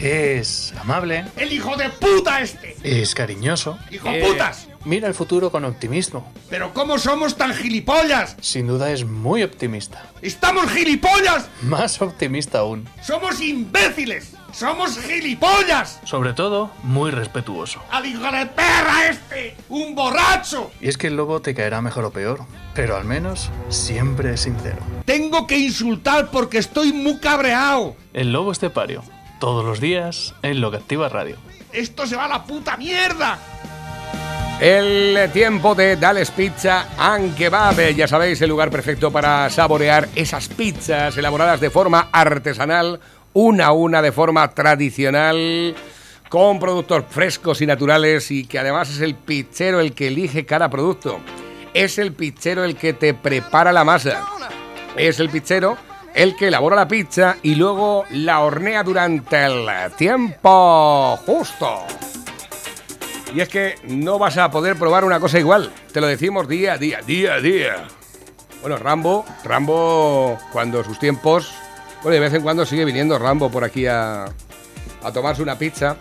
Es amable. ¡El hijo de puta este! Es cariñoso. ¡Hijo putas! Mira el futuro con optimismo. ¿Pero cómo somos tan gilipollas? Sin duda es muy optimista. ¡Estamos gilipollas! Más optimista aún. ¡Somos imbéciles! ¡Somos gilipollas! Sobre todo, muy respetuoso. ¡Al hijo de perra este! ¡Un borracho! Y es que el lobo te caerá mejor o peor, pero al menos siempre es sincero. Tengo que insultar porque estoy muy cabreado. El lobo estepario. Todos los días en Lo que Activa Radio. ¡Esto se va a la puta mierda! El tiempo de Dales Pizza and Kebab, ya sabéis, el lugar perfecto para saborear esas pizzas elaboradas de forma artesanal, una a una, de forma tradicional, con productos frescos y naturales, y que además es el pizzero el que elige cada producto. Es el pizzero el que te prepara la masa. Es el pizzero el que elabora la pizza y luego la hornea durante el tiempo justo. Y es que no vas a poder probar una cosa igual. Te lo decimos día a día, día a día. Bueno, Rambo, cuando sus tiempos... Bueno, de vez en cuando sigue viniendo Rambo por aquí a tomarse una pizza.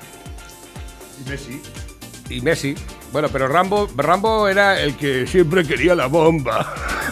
Y Messi. Bueno, pero Rambo era el que siempre quería la bomba.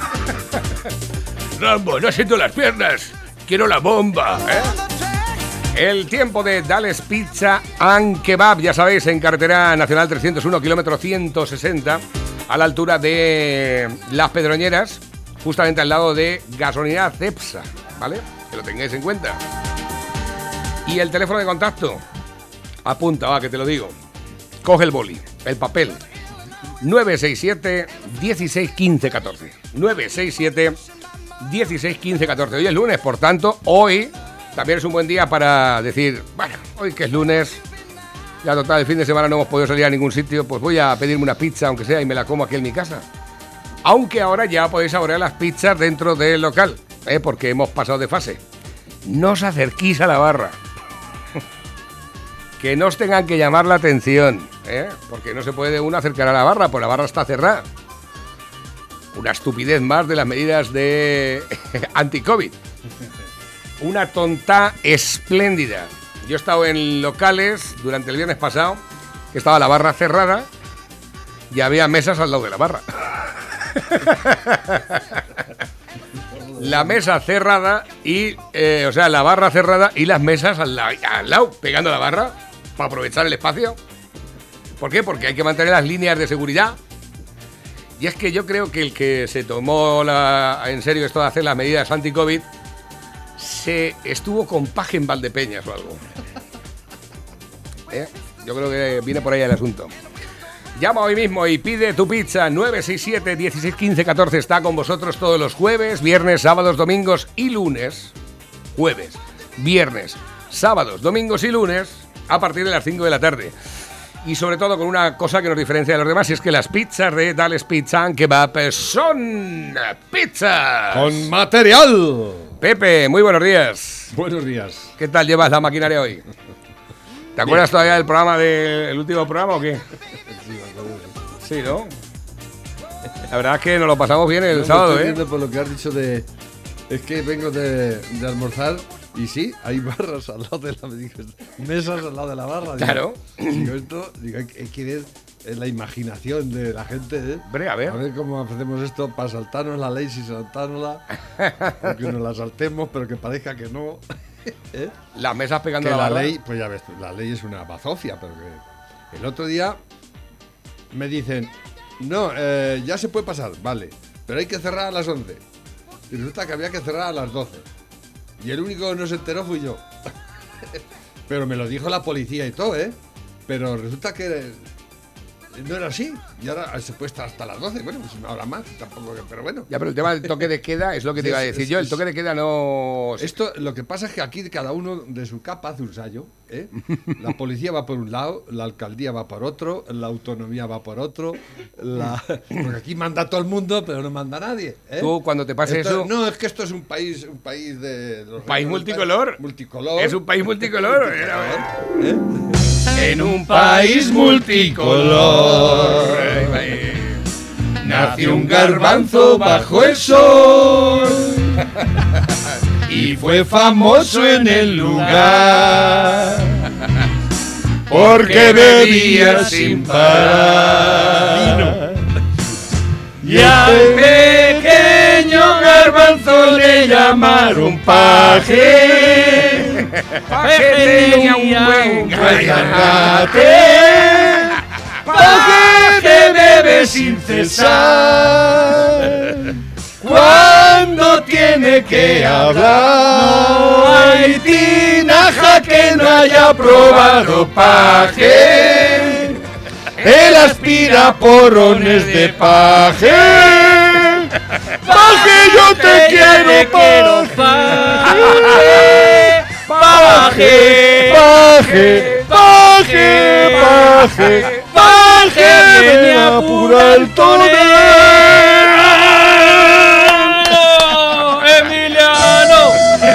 Rambo, no siento las piernas, quiero la bomba, ¿eh? El tiempo de Dales Pizza and Kebab, ya sabéis, en carretera nacional 301, kilómetro 160, a la altura de Las Pedroñeras, justamente al lado de gasolinera Cepsa, ¿vale? Que lo tengáis en cuenta. Y el teléfono de contacto, apunta, va, que te lo digo. Coge el boli, el papel. 967 16 15 14. 967 16 15 14. Hoy es lunes, por tanto, hoy también es un buen día para decir, bueno, hoy que es lunes, ya total, el fin de semana no hemos podido salir a ningún sitio, pues voy a pedirme una pizza, aunque sea, y me la como aquí en mi casa. Aunque ahora ya podéis saborear las pizzas dentro del local, porque hemos pasado de fase. No os acerquéis a la barra. Que no os tengan que llamar la atención, porque no se puede uno acercar a la barra, pues la barra está cerrada. Una estupidez más de las medidas de anti-COVID. Una tonta espléndida. Yo he estado en locales durante el viernes pasado, que estaba la barra cerrada y había mesas al lado de la barra. La mesa cerrada y, la barra cerrada y las mesas al lado, pegando la barra, para aprovechar el espacio. ¿Por qué? Porque hay que mantener las líneas de seguridad. Y es que yo creo que el que se tomó en serio esto de hacer las medidas anti-COVID se estuvo con paje en Valdepeñas o algo. Yo creo que viene por ahí el asunto. Llama hoy mismo y pide tu pizza. 967 16 15 14. Está con vosotros todos los jueves, viernes, sábados, domingos y lunes. Jueves, viernes, sábados, domingos y lunes a partir de las 5 de la tarde. Y sobre todo con una cosa que nos diferencia de los demás, y es que las pizzas de Dales Pizza and Kebab son pizzas con material. Pepe, muy buenos días. Buenos días. ¿Qué tal llevas la maquinaria hoy? ¿Te acuerdas todavía del programa del último programa o qué? Sí, ¿no? La verdad es que nos lo pasamos bien el sábado, estoy viendo por lo que has dicho de... Es que vengo de almorzar y sí, hay barras al lado de la... mesas al lado de la barra. Claro. Digo, hay que ver la imaginación de la gente, Hombre, a ver cómo hacemos esto para saltarnos la ley sin saltárnosla. O que nos la saltemos, pero que parezca que no. Las mesas pegando que la barra. Ley, pues ya ves, la ley es una bazofia, pero que el otro día me dicen, no, ya se puede pasar, vale, pero hay que cerrar a las 11. Y resulta que había que cerrar a las 12. Y el único que no se enteró fui yo. Pero me lo dijo la policía y todo, Pero resulta que no era así. Y ahora se puede estar hasta las 12. Bueno, pues una hora más, tampoco, pero bueno. Ya, pero el tema del toque de queda es lo que te iba a decir yo. El toque de queda no... Esto, lo que pasa es que aquí cada uno de su capa hace un sallo, La policía va por un lado, la alcaldía va por otro, la autonomía va por otro, porque aquí manda todo el mundo, pero no manda nadie, Tú, cuando te pase eso... No, es que esto es un país de... ¿Un país multicolor? Multicolor. Es un país multicolor. En un país multicolor nació un garbanzo bajo el sol y fue famoso en el lugar porque bebía sin parar. Y al pequeño garbanzo le llamaron paje. Paje tenía un buen gargante. Paje que bebe sin cesar. Cuando tiene que hablar, no hay tinaja que no haya probado paje. Él aspira porrones de paje. Paje, yo te quiero, paje. Paje, paje, paje, paje, paje, viene a apurar el tonel. Emiliano.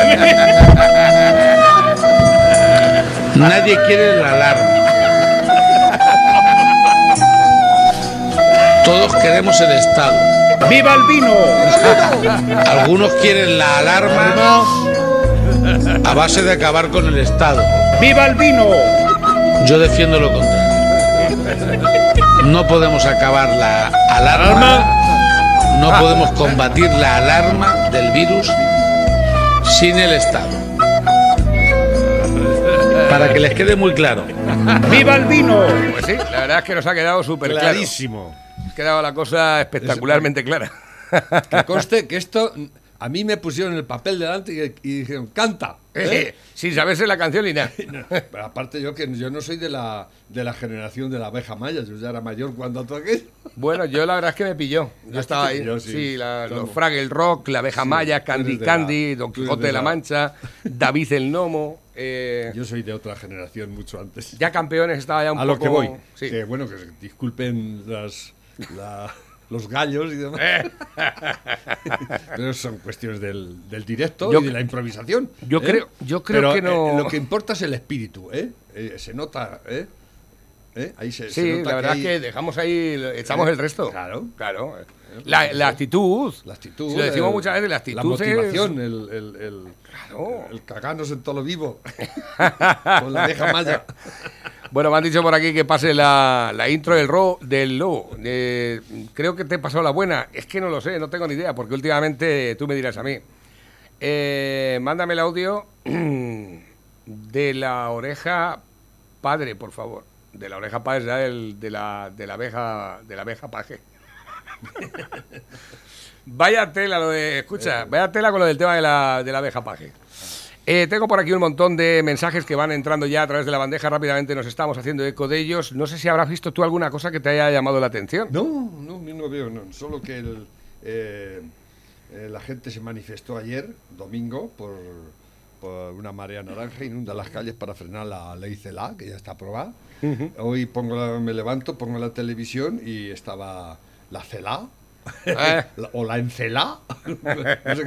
Nadie quiere la alarma. Todos queremos el Estado. ¡Viva el vino! Algunos quieren la alarma a base de acabar con el Estado. ¡Viva el vino! Yo defiendo lo contrario. No podemos acabar la alarma, no podemos combatir la alarma del virus sin el Estado. Para que les quede muy claro. ¡Viva el vino! Pues sí, la verdad es que nos ha quedado súper claro. Clarísimo. Ha quedado la cosa espectacularmente clara. Que conste que esto, a mí me pusieron el papel delante y dijeron, canta. Sin saberse la canción ni nada. Pero aparte yo no soy de la generación de la abeja maya, yo ya era mayor cuando toqué. Bueno, yo la verdad es que me pilló. Yo estaba ahí. Pilló, sí, los Fraggle Rock, la abeja maya, Candy Candy, Don Quijote de la Mancha, David el Gnomo. Yo soy de otra generación mucho antes. Ya Campeones estaba ya un poco... A lo que voy. Sí. Que bueno, que disculpen los gallos y demás. Pero son cuestiones del directo y de la improvisación. Yo creo Pero, que no... lo que importa es el espíritu, se nota, Ahí se Sí, nota la verdad que es que dejamos ahí, echamos el resto. Claro. La actitud. La actitud. Si lo decimos muchas veces, la actitud la motivación, es... el cagarnos en todo lo vivo. Con la abeja maya. Bueno, me han dicho por aquí que pase la intro del lobo. Creo que te he pasado la buena. Es que no lo sé, no tengo ni idea, porque últimamente tú me dirás a mí. Mándame el audio de la oreja padre, por favor. De la oreja padre, ya de la abeja paje. Vaya tela lo de... Escucha, vaya tela con lo del tema de la abeja paje. Tengo por aquí un montón de mensajes que van entrando ya a través de la bandeja. Rápidamente nos estamos haciendo eco de ellos. No sé si habrás visto tú alguna cosa que te haya llamado la atención. No veo, no. Solo que la gente se manifestó ayer, domingo, por una marea naranja, inunda las calles para frenar la ley CELA, que ya está aprobada. Hoy me levanto, pongo la televisión y estaba la CELA. O la encelá, no sé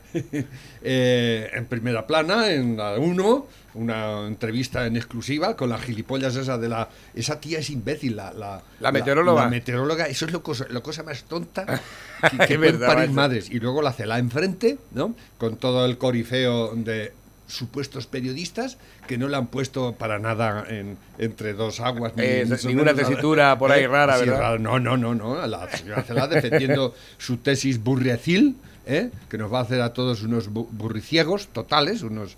en primera plana, en la 1, una entrevista en exclusiva con las gilipollas esa tía es imbécil, la meteoróloga. La meteoróloga, eso es la cosa más tonta que pueden verdad, parir macho. madres. Y luego la CELA enfrente, ¿no? Con todo el corifeo de supuestos periodistas que no la han puesto para nada entre dos aguas. Ninguna tesitura por ahí rara, sí, ¿verdad? No. La señora Cela defendiendo su tesis burriacil, que nos va a hacer a todos unos burriciegos totales, unos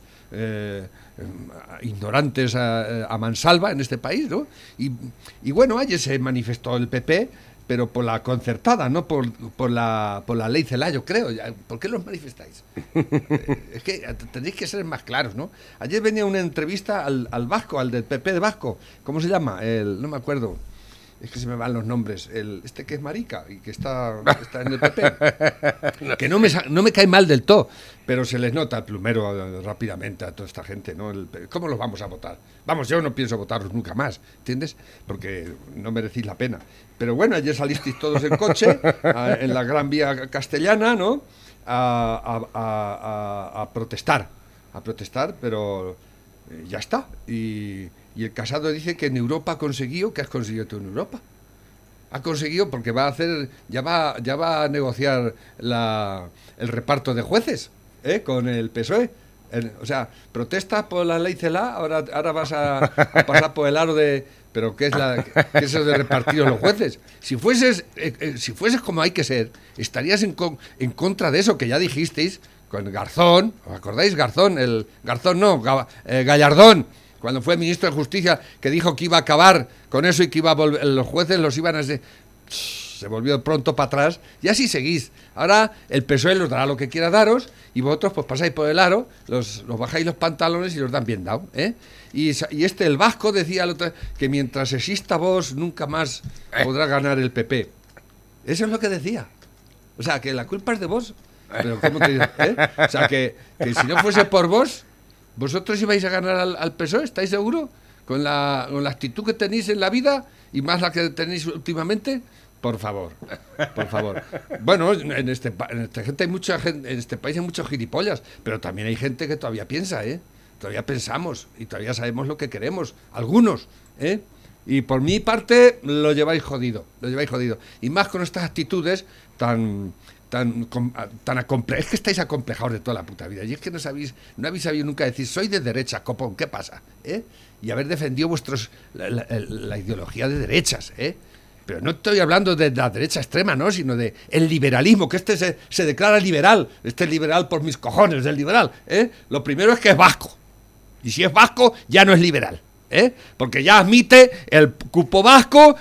ignorantes a mansalva en este país, ¿no? Y bueno, ayer se manifestó el PP, pero por la concertada, no por la ley CELA, yo creo. ¿Por qué los manifestáis? Es que tendréis que ser más claros, ¿no? Ayer venía una entrevista al vasco, al del PP de Vasco. ¿Cómo se llama? No me acuerdo. Es que se me van los nombres. Este que es marica y que está en el PP. Que no me cae mal del todo, pero se les nota el plumero rápidamente a toda esta gente, ¿no? ¿Cómo los vamos a votar? Vamos, yo no pienso votarlos nunca más, ¿entiendes? Porque no merecéis la pena. Pero bueno, ayer salisteis todos en coche, en la Gran Vía Castellana, ¿no? A protestar, pero ya está. Y el Casado dice que en Europa ha conseguido. ¿Qué has conseguido tú en Europa? Ha conseguido porque ya va a negociar el reparto de jueces, con el PSOE. O sea, protestas por la ley CELA, ahora vas a pasar por el aro de... ¿Pero qué es eso de repartir los jueces? Si fueses como hay que ser, estarías en contra de eso que ya dijisteis con Garzón. ¿Os acordáis? Gallardón, cuando fue ministro de Justicia, que dijo que iba a acabar con eso y que los jueces los iban a... Se volvió pronto para atrás y así seguís. Ahora el PSOE los dará lo que quiera daros y vosotros pues pasáis por el aro, los bajáis los pantalones y los dan bien dado, ¿eh? Y el vasco decía que mientras exista Vox nunca más podrá ganar el PP. Eso es lo que decía. O sea, que la culpa es de Vox. Pero ¿cómo te digo? O sea, que si no fuese por Vox, vosotros ibais a ganar al PSOE, ¿estáis seguros? Con la actitud que tenéis en la vida y más la que tenéis últimamente. Por favor. Bueno, en este país hay muchos gilipollas, pero también hay gente que todavía piensa, ¿eh? Todavía pensamos y todavía sabemos lo que queremos. Algunos, ¿eh? Y por mi parte lo lleváis jodido. Y más con estas actitudes tan acomplejadas. Es que estáis acomplejados de toda la puta vida. Y es que no habéis sabido nunca decir, soy de derecha, copón, ¿qué pasa? Y haber defendido la ideología de derechas, ¿eh? Pero no estoy hablando de la derecha extrema, ¿no? Sino de el liberalismo, que se declara liberal. Este es liberal por mis cojones, el liberal, ¿eh? Lo primero es que es vasco. Y si es vasco, ya no es liberal, ¿eh? Porque ya admite el cupo vasco,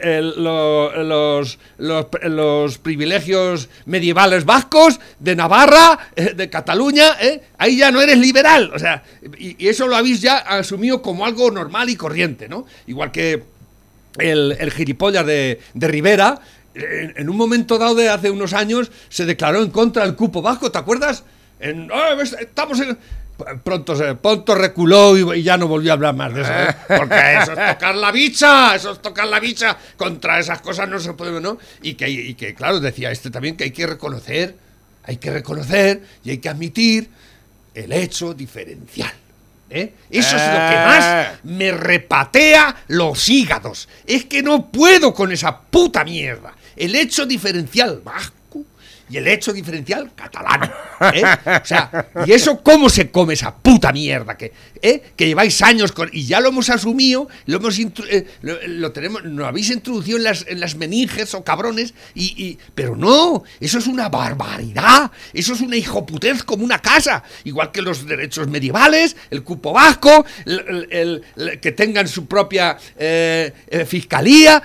los privilegios medievales vascos, de Navarra, de Cataluña, ¿eh? Ahí ya no eres liberal. O sea, y eso lo habéis ya asumido como algo normal y corriente, ¿no? Igual que el gilipollas de Rivera, en un momento dado de hace unos años, se declaró en contra del cupo vasco, ¿te acuerdas? Estamos en... Pronto reculó y ya no volvió a hablar más de eso, ¿eh? Porque eso es tocar la bicha, contra esas cosas no se puede, ¿no? Y que claro, decía también que hay que reconocer y hay que admitir el hecho diferencial. Eso es lo que más me repatea los hígados. Es que no puedo con esa puta mierda. El hecho diferencial vasco y el hecho diferencial catalán, O sea, ¿y eso cómo se come esa puta mierda? Que lleváis años con... Y ya lo hemos asumido, lo tenemos, lo habéis introducido en las meninges o cabrones, pero no, eso es una barbaridad, eso es una hijoputez como una casa, igual que los derechos medievales, el cupo vasco, que tengan su propia fiscalía,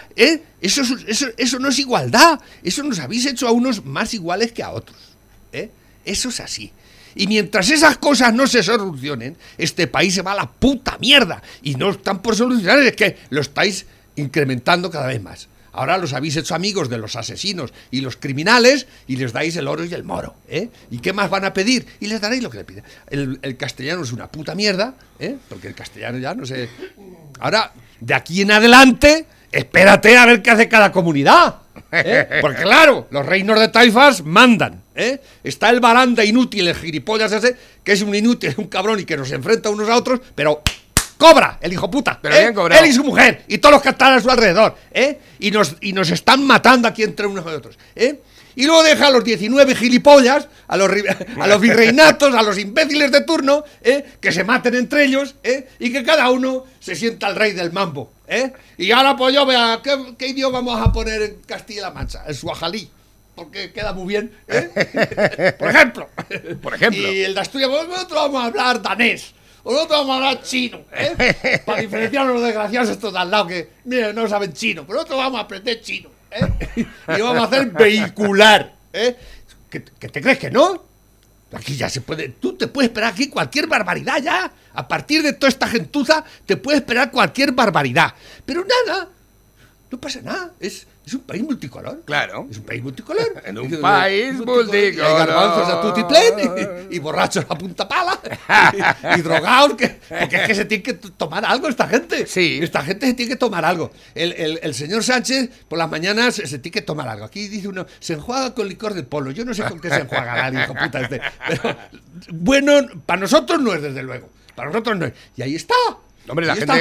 Eso no es igualdad. Eso nos habéis hecho a unos más iguales que a otros, Eso es así. Y mientras esas cosas no se solucionen, este país se va a la puta mierda. Y no están por solucionar, es que lo estáis incrementando cada vez más. Ahora los habéis hecho amigos de los asesinos y los criminales y les dais el oro y el moro, ¿Y qué más van a pedir? Y les daréis lo que le piden. El castellano es una puta mierda, porque el castellano ya no sé... Ahora, de aquí en adelante... Espérate a ver qué hace cada comunidad, Porque claro, los reinos de taifas mandan, Está el baranda inútil, el gilipollas ese, que es un inútil, un cabrón y que nos enfrenta unos a otros, pero cobra el hijo puta, pero bien cobrado. Él y su mujer y todos los que están a su alrededor, y nos están matando aquí entre unos y otros, Y luego deja a los 19 gilipollas, a los virreinatos, a los imbéciles de turno, que se maten entre ellos, y que cada uno se sienta el rey del mambo, Y ahora pues yo vea, ¿qué idioma vamos a poner en Castilla-La Mancha? El suajalí, porque queda muy bien, Por ejemplo. Y el de Asturias, pues nosotros vamos a hablar danés. O nosotros vamos a hablar chino, Para diferenciar a los desgraciados estos de al lado que, mira, no saben chino, pero nosotros vamos a aprender chino. Y vamos a hacer vehicular, ¿Que te crees que no? Aquí ya se puede. Tú te puedes esperar aquí cualquier barbaridad ya. A partir de toda esta gentuza te puedes esperar cualquier barbaridad. Pero nada, no pasa nada. Es un país multicolor. Claro. Es un país multicolor. En un país multicolor. Y hay garbanzos a tutiplén y borrachos a punta pala y drogados. Porque es que se tiene que tomar algo esta gente. Sí. Esta gente se tiene que tomar algo. El señor Sánchez por las mañanas se tiene que tomar algo. Aquí dice uno, se enjuaga con licor de polo. Yo no sé con qué se enjuagará el hijo puta este. Pero bueno, para nosotros no es, desde luego. Para nosotros no es. Y ahí está. Hombre, la ahí gente... está.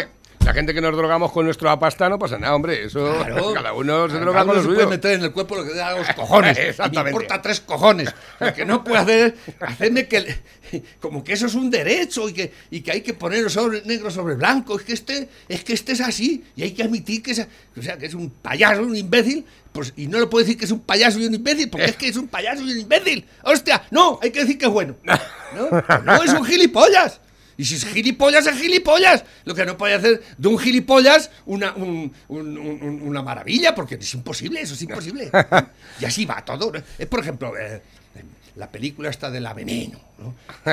La gente que nos drogamos con nuestro apasta no pasa nada, hombre. Eso Claro. cada uno se droga Cada con lo uno se puede suyo. meter en el cuerpo lo que le da los cojones. Exactamente. Me importa 3 cojones. Lo que no puede hacer es hacerme que como que eso es un derecho y que hay que ponerlo negro sobre blanco. Es que este es así y hay que admitir que que es un payaso, un imbécil. Pues, y no le puedo decir que es un payaso y un imbécil, porque es que es un payaso y un imbécil. ¡Hostia! No, hay que decir que es bueno. No, es un gilipollas. Y si es gilipollas, es gilipollas. Lo que no puede hacer de un gilipollas una maravilla, porque es imposible, eso es imposible. Y así va todo. Es, por ejemplo, la película esta de La Veneno, ¿no?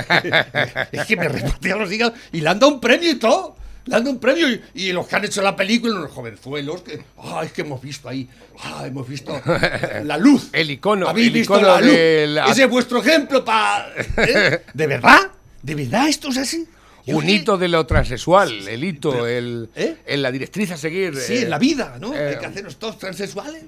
Es que me repartía los hígados y le han dado un premio y todo. Le han dado un premio y los que han hecho la película, los jovenzuelos, es que hemos visto ahí, hemos visto la luz. El icono, ¿Habéis el visto icono la luz? de la- Ese es vuestro ejemplo para... ¿De verdad? ¿De verdad esto es así? Yo Un creo que- hito de lo transexual, el hito, en la directriz a seguir. Sí, en la vida, ¿no? Hay que hacernos todos transexuales.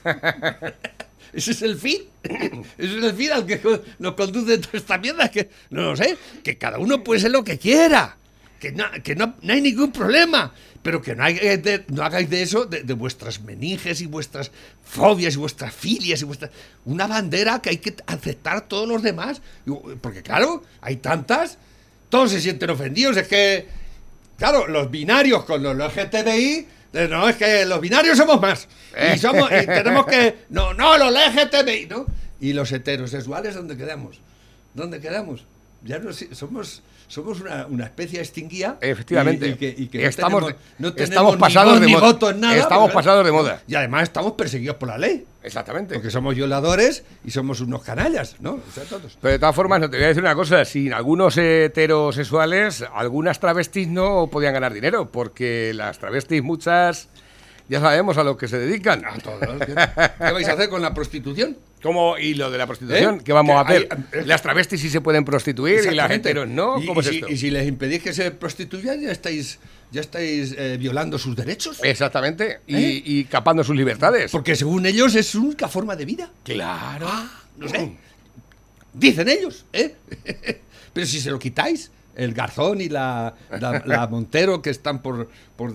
Ese es el fin. Ese es el fin al que nos conduce toda esta mierda. Que, no lo sé, que cada uno puede ser lo que quiera. Que no hay ningún problema. Pero que no hagáis de eso, de vuestras meninges y vuestras fobias y vuestras filias y una bandera que hay que aceptar todos los demás. Porque claro, hay tantas, todos se sienten ofendidos. Es que, claro, los binarios con los LGTBI, no, es que los binarios somos más. Y tenemos que... No, los LGTBI, ¿no? Y los heterosexuales, ¿dónde quedamos? ¿Dónde quedamos? Ya no sé, somos una especie extinguida. Efectivamente. Y que estamos tenemos pasados ni de voz moda. ni voto en nada. Estamos pasados de moda. Y además estamos perseguidos por la ley. Exactamente. Porque somos violadores y somos unos canallas, ¿no? O sea, todos. Pero de todas formas, no te voy a decir una cosa, sin algunos heterosexuales, algunas travestis no podían ganar dinero, porque las travestis muchas ya sabemos a lo que se dedican. A todos. ¿Qué vais a hacer con la prostitución? ¿Cómo? ¿Y lo de la prostitución? ¿Eh? ¿Qué vamos a Que hacer? Las travestis sí se pueden prostituir y las Exactamente. heteros no. ¿Cómo es esto? Y si les impedís que se prostituyan, ya estáis violando sus derechos. Exactamente. Y capando sus libertades. Porque según ellos es su única forma de vida. Claro. No sé. Dicen ellos, ¿eh? Pero si se lo quitáis, el Garzón y la Montero, que están porque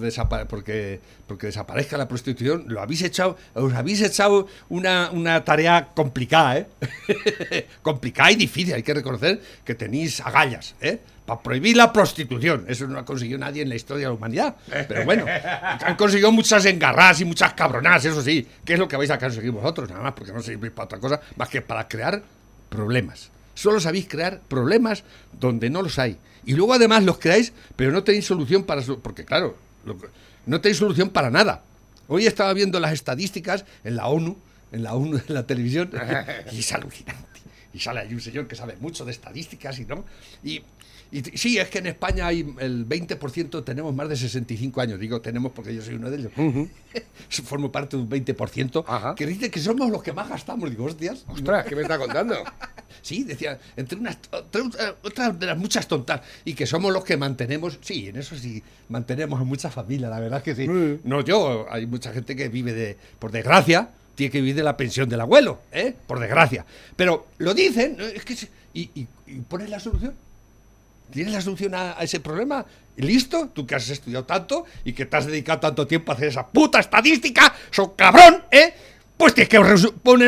desaparezca la prostitución, os habéis echado una tarea complicada, ¿eh? Complicada y difícil. Hay que reconocer que tenéis agallas, ¿eh? Para prohibir la prostitución. Eso no ha conseguido nadie en la historia de la humanidad. Pero bueno, han conseguido muchas engarradas y muchas cabronadas, eso sí. ¿Qué es lo que vais a conseguir vosotros? Nada más, porque no servís para otra cosa más que para crear problemas. Solo sabéis crear problemas donde no los hay. Y luego además los creáis, pero no tenéis solución porque claro, no tenéis solución para nada. Hoy estaba viendo las estadísticas en la ONU, en la televisión, y es alucinante. Y sale ahí un señor que sabe mucho de estadísticas y sí, es que en España hay el 20% tenemos más de 65 años. Digo tenemos porque yo soy uno de ellos. Formo parte de un 20%. Ajá. Que dice que somos los que más gastamos. Digo, hostias. Ostras, ¿qué me está contando? Sí, decía, entre otras de las muchas tontas. Y que somos los que mantenemos. Sí, en eso sí, mantenemos a muchas familias, la verdad es que sí. No yo, hay mucha gente que vive por desgracia, tiene que vivir de la pensión del abuelo, ¿eh? Por desgracia. Pero lo dicen, ¿no? Es que y pones la solución. ¿Tienes la solución a ese problema? ¿Listo? Tú que has estudiado tanto y que te has dedicado tanto tiempo a hacer esa puta estadística, ¡so cabrón! Pues tienes que poner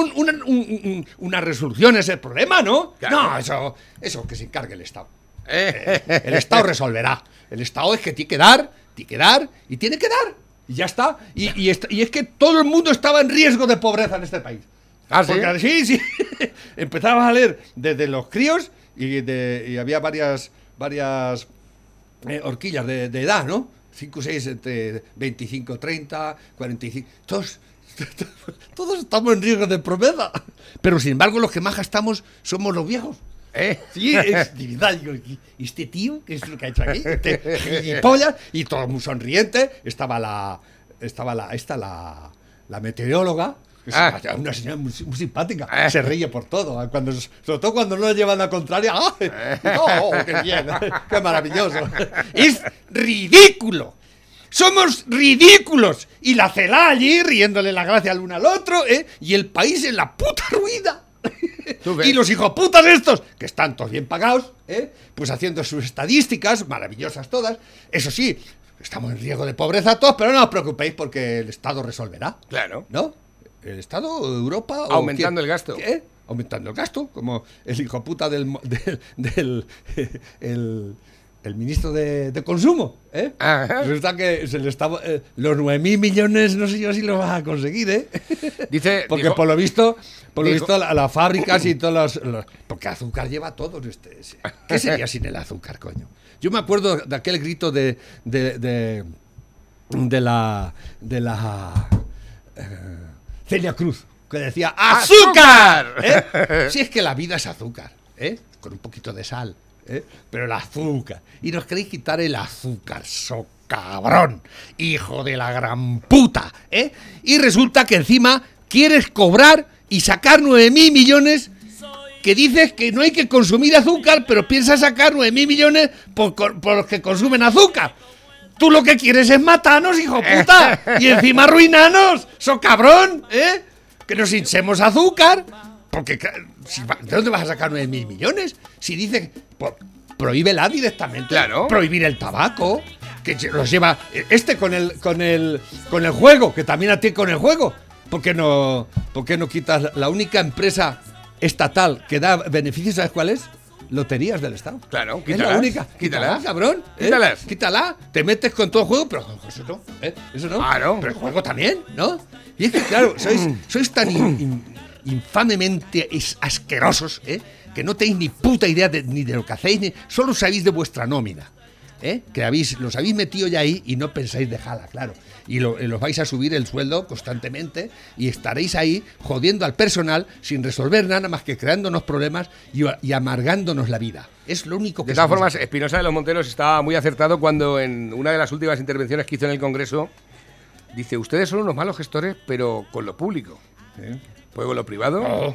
una resolución a ese problema, ¿no? Claro. No, eso que se encargue el Estado. El Estado resolverá. El Estado es que tiene que dar y tiene que dar. Y ya está. Y es que todo el mundo estaba en riesgo de pobreza en este país. ¿Ah, sí? Porque, sí. Empezabas a leer desde los críos y había varias horquillas de edad, ¿no? 5 o 6, entre 25, 30, 45. Todos estamos en riesgo de pobreza. Pero sin embargo, los que más gastamos somos los viejos. Sí, es divinidad. Digo, ¿y este tío qué es lo que ha hecho aquí? Gilipollas. Y todo muy sonriente. Estaba la meteoróloga. Una señora muy simpática, se ríe por todo, sobre todo cuando no le llevan la contraria. ¡Ay! ¡Oh, qué bien! ¡Qué maravilloso! ¡Es ridículo! ¡Somos ridículos! Y la cela allí riéndole la gracia al uno al otro, y el país en la puta ruina. Y los hijoputas estos, que están todos bien pagados, pues haciendo sus estadísticas, maravillosas todas. Eso sí, estamos en riesgo de pobreza todos, pero no os preocupéis porque el Estado resolverá. Claro. ¿No? ¿El Estado, Europa? ¿O Aumentando quién? el gasto. ¿Qué? Aumentando el gasto, como el hijo puta el ministro de Consumo, ¿eh? Ajá. Resulta que se le estaba, los 9.000 millones, no sé yo si los vas a conseguir, ¿eh? Dice, Porque dijo- por lo visto dijo- las fábricas y todos porque azúcar lleva todo. ¿Qué sería sin el azúcar, coño? Yo me acuerdo de aquel grito de la Celia Cruz, que decía ¡azúcar! ¿Eh? Si es que la vida es azúcar, ¿eh? Con un poquito de sal, ¿eh? Pero el azúcar. Y nos queréis quitar el azúcar, cabrón, hijo de la gran puta, ¿eh? Y resulta que encima quieres cobrar y sacar 9.000 millones, que dices que no hay que consumir azúcar, pero piensas sacar 9.000 millones por los que consumen azúcar. Tú lo que quieres es matarnos, hijo puta, y encima arruinarnos, cabrón, ¿eh? Que nos hinchemos azúcar, porque ¿de dónde vas a sacar 9.000 millones? Si dices, prohíbela directamente. Claro. Prohibir el tabaco, que los lleva con el juego, que también a ti con el juego. ¿Por qué no quitas la única empresa estatal que da beneficios? ¿Sabes cuál es? Loterías del Estado. Claro, Es quítalas, la única. quítalas. Cabrón. Quítalas. Quítala. Te metes con todo el juego, pero eso no. Eso no. Claro. Pero el juego también, ¿no? Y es que, claro, sois tan infamemente asquerosos, que no tenéis ni puta idea ni de lo que hacéis, solo sabéis de vuestra nómina. Que los habéis metido ya ahí y no pensáis dejarla, claro. Y los vais a subir el sueldo constantemente y estaréis ahí jodiendo al personal sin resolver nada más que creándonos problemas y amargándonos la vida. Es lo único que... De todas sabéis formas, hacer. Espinosa de los Monteros estaba muy acertado cuando en una de las últimas intervenciones que hizo en el Congreso dice, ustedes son unos malos gestores, pero con lo público. Pues con lo privado. Oh.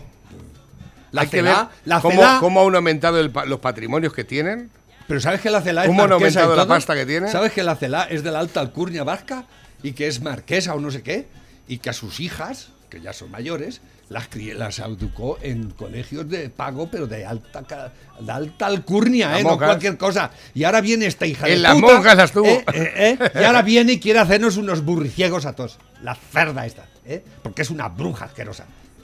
Hay que ver cómo han aumentado los patrimonios que tienen. Pero ¿sabes que la CELA es ¿Cómo han marquesa y aumentado la todo? pasta que tiene? ¿Sabes que la CELA es de la alta alcurnia vasca y que es marquesa o no sé qué? Y que a sus hijas, que ya son mayores, las educó en colegios de pago, pero de alta alcurnia, Las no monjas. cualquier cosa. Y ahora viene esta hija de En las puta, monjas las tuvo. Y ahora viene y quiere hacernos unos burriciegos a todos. La cerda esta, porque es una bruja asquerosa,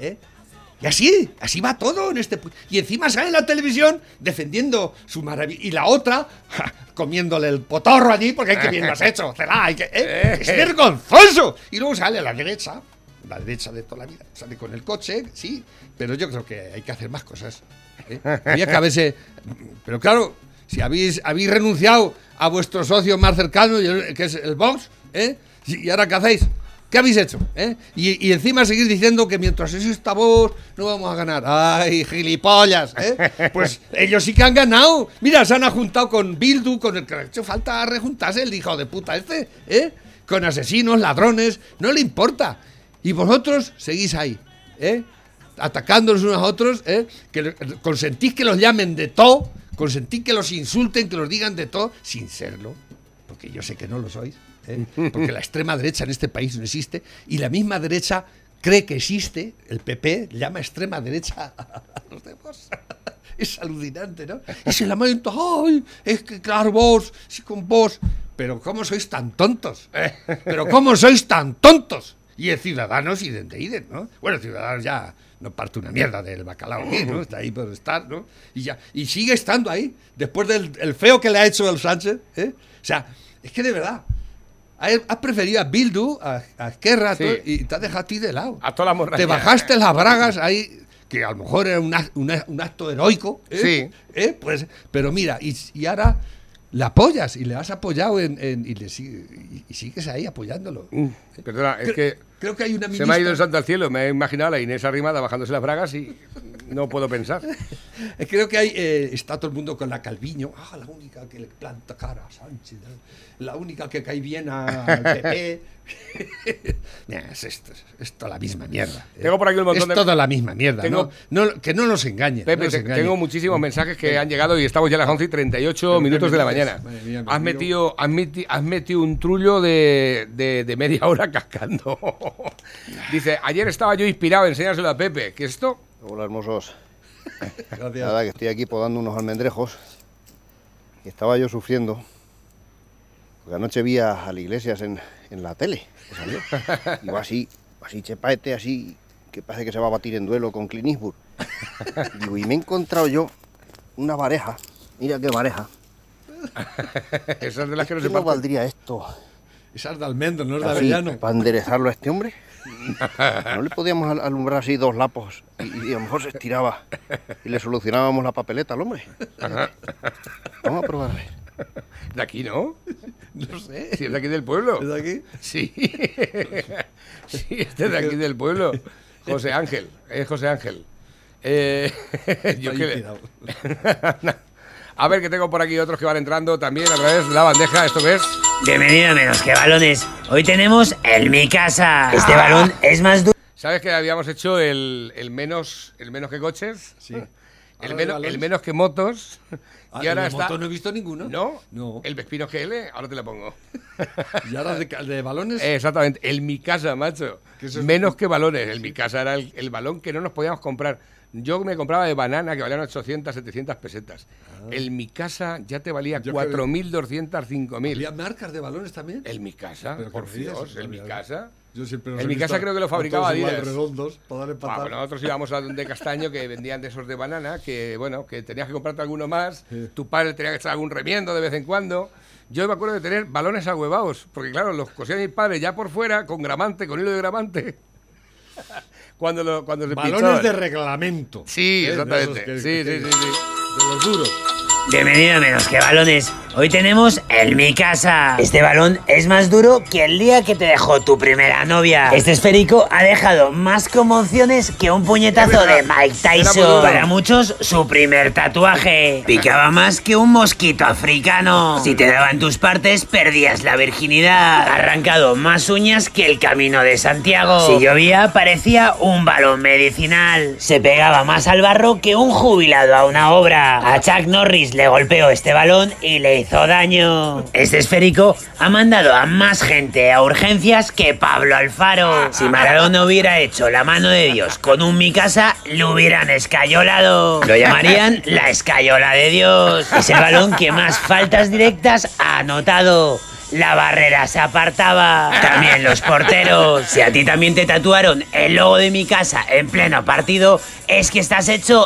Y así va todo en este... Y encima sale en la televisión defendiendo su maravilla. Y la otra, comiéndole el potorro allí, porque que bien lo has hecho. Es vergonzoso. Y luego sale la derecha de toda la vida. Sale con el coche, sí, pero yo creo que hay que hacer más cosas. Había que haberse... Pero claro, si habéis renunciado a vuestro socio más cercano, que es el Vox, ¿y ahora qué hacéis? ¿Qué habéis hecho? Y encima seguir diciendo que mientras es esta voz no vamos a ganar. ¡Ay, gilipollas! Pues ellos sí que han ganado. Mira, se han juntado con Bildu, con el que ha hecho falta rejuntarse el hijo de puta con asesinos, ladrones, no le importa. Y vosotros seguís ahí, atacándonos unos a otros, que consentís que los llamen de todo, consentís que los insulten, que los digan de todo, sin serlo, porque yo sé que no lo sois. Porque la extrema derecha en este país no existe y la misma derecha cree que existe. El PP llama extrema derecha a los demás. Es alucinante, ¿no? Y se lamenta, ¡ay! Es que claro, vos, sí, con vos. Pero ¿cómo sois tan tontos? Pero ¿cómo sois tan tontos? Y el Ciudadanos idem, ¿no? Bueno, Ciudadanos ya no parte una mierda del bacalao aquí, ¿no? Está ahí por estar, ¿no? Y sigue estando ahí, después del feo que le ha hecho el Sánchez, O sea, es que de verdad... Has preferido a Bildu, a Esquerra, Sí. y te has dejado a ti de lado. A toda la morralla. Te bajaste las bragas ahí, que a lo mejor era un acto heroico. Sí. Pues, pero mira, y ahora la apoyas, y le has apoyado y sigues ahí apoyándolo. Perdona, es que Creo que hay una se ministra... me ha ido el santo al cielo. Me he imaginado a la Inés Arrimada bajándose las bragas y no puedo pensar. Creo que está todo el mundo con la Calviño. La única que le planta cara a Sánchez. La única que cae bien al PP. Es toda la misma mierda. Tengo por aquí un montón es toda la misma mierda. Tengo- Que no nos engañen. Pepe, no nos engañen. tengo muchísimos mensajes que han llegado y estamos ya a las 11:38 minutos de la mañana. Madre mía, Has metido un trullo de media hora cascando. Dice, ayer estaba yo inspirado, enséñaselo a Pepe. ¿Qué es esto? Hola, hermosos. Gracias. Nada, que estoy aquí podando unos almendrejos y estaba yo sufriendo Porque anoche vi a la Iglesias en la tele, que salió. Iba así chepaete, así, que parece que se va a batir en duelo con Clint Eastwood. Digo, y me he encontrado yo una pareja, mira qué pareja. Esas de las que no se ¿Qué no parten. valdría esto? Esas de almendro, no es de Así, avellano. para enderezarlo a este hombre. ¿No le podíamos alumbrar así 2 lapos y a lo mejor se estiraba y le solucionábamos la papeleta al hombre? Vamos a probar a ver. De aquí, ¿no? No sé. Si es de aquí del pueblo. ¿Es de aquí? Sí. Sí, este es de aquí del pueblo. José Ángel. Es José Ángel. Yo Ahí que le- tirado. A ver, que tengo por aquí otros que van entrando también a través de la bandeja. ¿Esto qué es? Bienvenido a Menos que Balones. Hoy tenemos el Mi Casa. Este balón es más duro. ¿Sabes que habíamos hecho el menos que coches? Sí. El Ahora de menos, balones. el menos que motos. Ah, Y ahora de está. moto no he visto ninguno. ¿No? No. El Vespino GL, ahora te la pongo. Y ahora de balones. Exactamente, el Mi Casa, macho. Que eso es- Menos que balones. El Mi Casa era el balón que no nos podíamos comprar. Yo me compraba de banana que valían 800, 700 pesetas. El Mi Casa ya te valía Yo 4.200, 5.000. ¿Había marcas de balones también? El Mi Casa, Pero por ¿qué me dices? Dios, el Mi Casa. Yo siempre los El he Mi visto Casa creo que lo a fabricaba todos igual Adidas. redondos para dar empatar. Bueno, nosotros íbamos a donde Castaño, que vendían de esos de banana, que bueno, que tenías que comprarte alguno más. Sí. Tu padre tenía que echar algún remiendo de vez en cuando. Yo me acuerdo de tener balones ahuevados, porque claro, los cosía mi padre ya por fuera, con gramante, con hilo de gramante. cuando se Balones pinchaban. de reglamento. Sí, De exactamente. esos Sí, sí, sí, sí. De los duros. Bienvenido a Menos que Balones. Hoy tenemos el Mi Casa. Este balón es más duro que el día que te dejó tu primera novia. Este esférico ha dejado más conmociones que un puñetazo Es verdad. de Mike Era muy Tyson. duro. Para muchos, su primer tatuaje. Picaba más que un mosquito africano. Si te daban tus partes, perdías la virginidad. Ha arrancado más uñas que el Camino de Santiago. Si llovía, parecía un balón medicinal. Se pegaba más al barro que un jubilado a una obra. A Chuck Norris le golpeó este balón y le hizo daño. Este esférico ha mandado a más gente a urgencias que Pablo Alfaro. Si Maradona hubiera hecho la mano de Dios con un Mi Casa, lo hubieran escayolado. Lo llamarían la escayola de Dios. Es el balón que más faltas directas ha anotado. La barrera se apartaba. También los porteros. Si a ti también te tatuaron el logo de Mi Casa en pleno partido, es que estás hecho...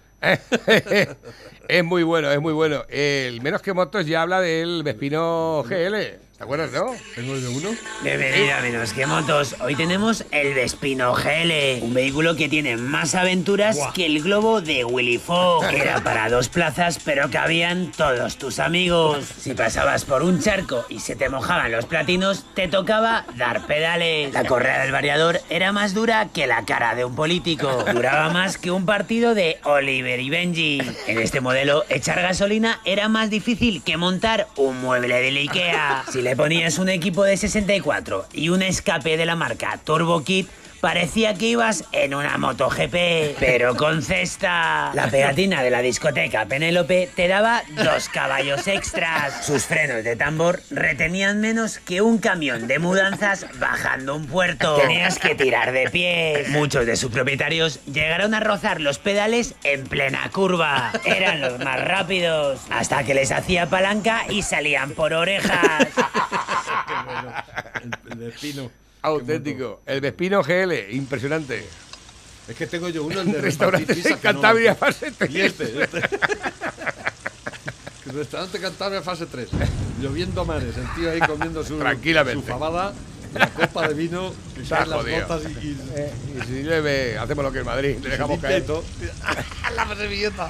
Es muy bueno, es muy bueno. El menos que motos ya habla del Vespino GL. ¿Te acuerdas, no? Tengo yo uno. Bienvenido a Menos que Motos. Hoy tenemos el Vespino GL, un vehículo que tiene más aventuras que el globo de Willy Fogg. Era para 2 plazas, pero cabían todos tus amigos. Si pasabas por un charco y se te mojaban los platinos, te tocaba dar pedales. La correa del variador era más dura que la cara de un político. Duraba más que un partido de Oliver y Benji. En este modelo, echar gasolina era más difícil que montar un mueble del Ikea. Si le ponías un equipo de 64 y un escape de la marca Turbo Kit, parecía que ibas en una MotoGP, pero con cesta. La pegatina de la discoteca Penélope te daba 2 caballos extras. Sus frenos de tambor retenían menos que un camión de mudanzas bajando un puerto. Tenías que tirar de pies. Muchos de sus propietarios llegaron a rozar los pedales en plena curva. Eran los más rápidos, hasta que les hacía palanca y salían por orejas. El de Pino. Auténtico. El Vespino GL, impresionante. Es que tengo yo uno, el de Restaurantes repartir pizza, en que no- Cantabria, fase 3. Y este. El restaurante Cantabria fase 3. Lloviendo mares, el tío ahí comiendo su Tranquilamente. fabada, la copa de vino, que Está caen las jodido. botas y Y si llueve, hacemos lo que es Madrid. Le dejamos limpia caer. y todo. La servilleta.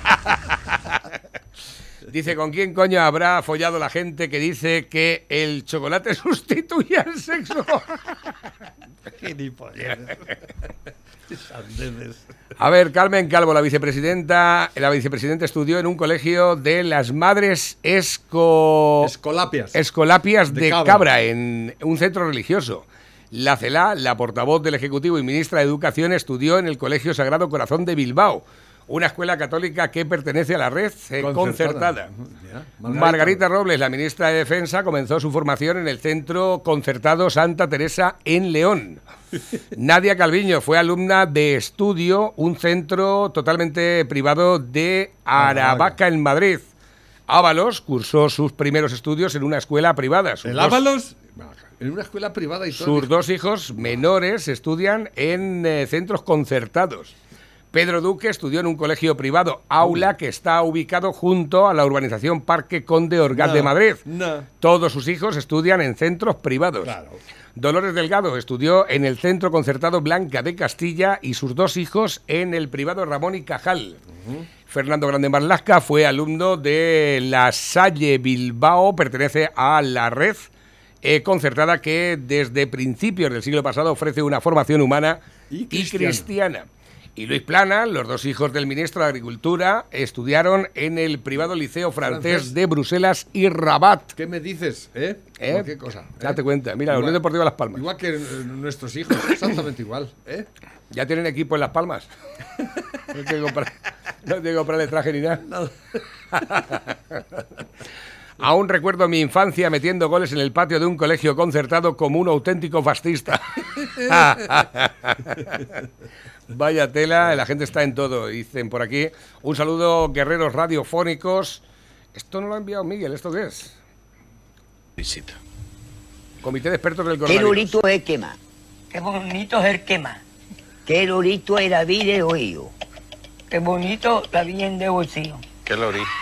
Dice, ¿con quién coño habrá follado la gente que dice que el chocolate sustituye al sexo? Gilipollas. Sandeces. A ver, Carmen Calvo, la vicepresidenta estudió en un colegio de las Madres Escolapias. Escolapias de De Cabra. Cabra, en un centro religioso. La CELA, la portavoz del Ejecutivo y ministra de Educación, estudió en el Colegio Sagrado Corazón de Bilbao, una escuela católica que pertenece a la red concertada. Mira, Margarita Robles, la ministra de Defensa, comenzó su formación en el Centro Concertado Santa Teresa en León. Nadia Calviño fue alumna de Estudio, un centro totalmente privado de Aravaca en Madrid. Ábalos cursó sus primeros estudios en una escuela privada. ¿El Ábalos? En una escuela privada y todo. Sus dos hijos menores estudian en centros concertados. Pedro Duque estudió en un colegio privado, Aula, que está ubicado junto a la urbanización Parque Conde Orgaz de Madrid. Todos sus hijos estudian en centros privados. Claro. Dolores Delgado estudió en el centro concertado Blanca de Castilla y sus dos hijos en el privado Ramón y Cajal. Fernando Grande Marlaska fue alumno de la Salle Bilbao, pertenece a la red concertada que desde principios del siglo pasado ofrece una formación humana y cristiana. Y Luis Plana, los dos hijos del ministro de Agricultura, estudiaron en el privado Liceo Francés de Bruselas y Rabat. ¿Qué me dices? ¿Qué cosa? Date cuenta, mira, la Unión Deportiva Las Palmas. Igual que nuestros hijos, exactamente igual. ¿Ya tienen equipo en Las Palmas? No tengo que comprarle traje ni nada. Aún recuerdo mi infancia metiendo goles en el patio de un colegio concertado como un auténtico fascista. Vaya tela, la gente está en todo, dicen por aquí. Un saludo, guerreros radiofónicos. Esto no lo ha enviado Miguel, ¿esto qué es? Visita. Comité de expertos del Qué coronavirus. lorito es quema. Qué bonito es el quema. Qué lorito es la vida de oído. Qué bonito la bien de bolsillo. ¿Qué lo orí?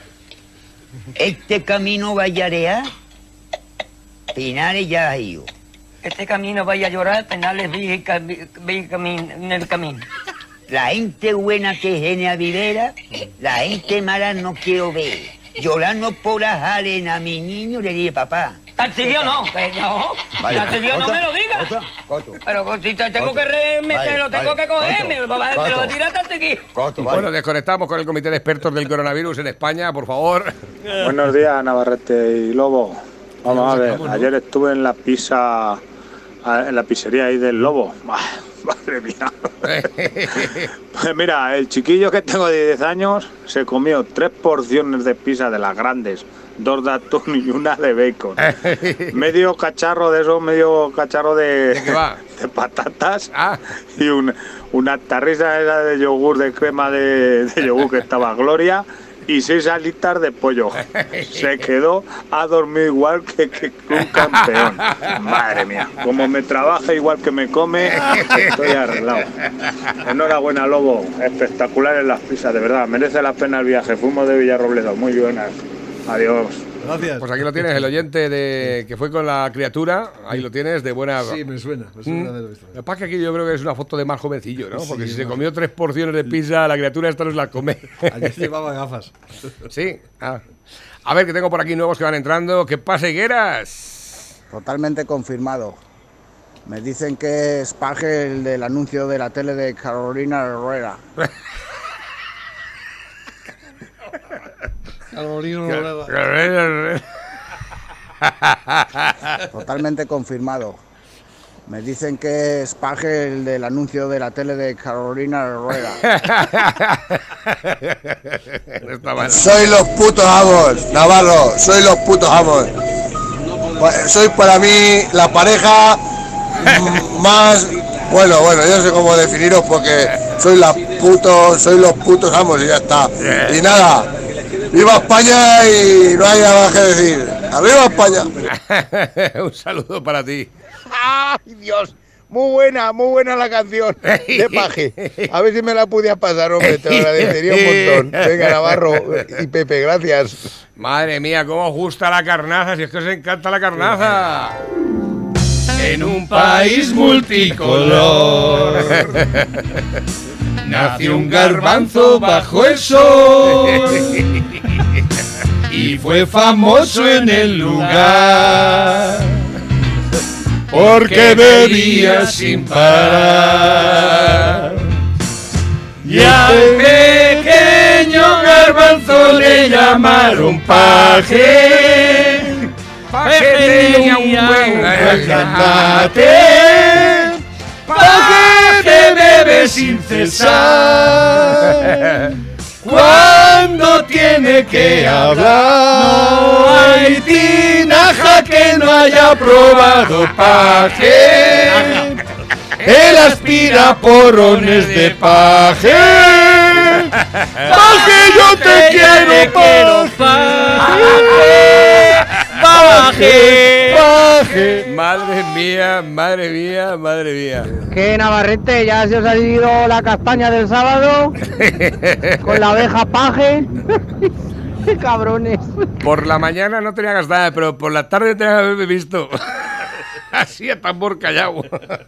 Este camino vayarea, Pinares ya ha ido. Este camino vaya a llorar, penales vi en el camino. La gente buena que gene a Vivera, la gente mala no quiero ver. Llorando por las arenas a mi niño le dije, papá. Tarcillo no, Tarcillo no me lo digas. Pero si te tengo que remeterlo, tengo que cogerme, me lo tiras Tarcillo. Bueno, desconectamos con el comité de expertos del coronavirus en España, por favor. Buenos días, Navarrete y Lobo. Vamos a ver, ayer estuve en la pizzería ahí del Lobo. Madre mía. Pues mira, el chiquillo que tengo de 10 años se comió 3 porciones de pizza de las grandes, 2 de atún y una de bacon. Medio cacharro de eso, medio cacharro de patatas y una tarrisa esa de yogur, de crema de yogur que estaba Gloria. Y 6 alitas de pollo. Se quedó a dormir igual que un campeón. Madre mía, como me trabaja igual que me come, estoy arreglado. Enhorabuena, Lobo. Espectaculares las pizzas, de verdad. Merece la pena el viaje. Fuimos de Villarrobledo. Muy buenas. Adiós. Gracias. Pues aquí lo tienes, el oyente que fue con la criatura. Ahí lo tienes, de buena. Sí, me suena de lo visto. Lo que pasa es que aquí yo creo que es una foto de más jovencillo, ¿no? Porque si se comió 3 porciones de pizza, la criatura esta no se la come. Ayer llevaba gafas. Sí. A ver, que tengo por aquí nuevos que van entrando. ¿Qué pasa, Higueras? Totalmente confirmado. Me dicen que es Paje el del anuncio de la tele de Carolina Herrera. Totalmente confirmado. Me dicen que es Paje el del anuncio de la tele de Carolina Herrera. Soy los putos amos, Navarro, soy los putos amos. Soy para mí la pareja más... Bueno, yo no sé cómo definiros porque soy los putos amos y ya está. Y nada, ¡viva España! Y no hay nada más que decir. ¡Arriba España! Un saludo para ti. ¡Ay, Dios! Muy buena la canción de Paje. A ver si me la podías pasar, hombre, te lo agradecería un montón. Venga, Navarro y Pepe, gracias. Madre mía, cómo os gusta la carnaza, si es que os encanta la carnaza. En un país multicolor nació un garbanzo bajo el sol y fue famoso en el lugar porque bebía sin parar. Y al pequeño garbanzo le llamaron Paje. Paje tenía un buen cantante, Paje bebe sin cesar. Cuando tiene que hablar, no hay tinaja que no haya probado Paje. Él aspira porrones de Paje Paje, yo te quiero, Paje. Madre mía, madre mía, madre mía. ¿Qué, Navarrete? ¿Ya se os ha ido la castaña del sábado? ¿Con la abeja Paje? ¡Qué cabrones! Por la mañana no tenía gastada, pero por la tarde tenía que haberme visto. Así a tambor callado.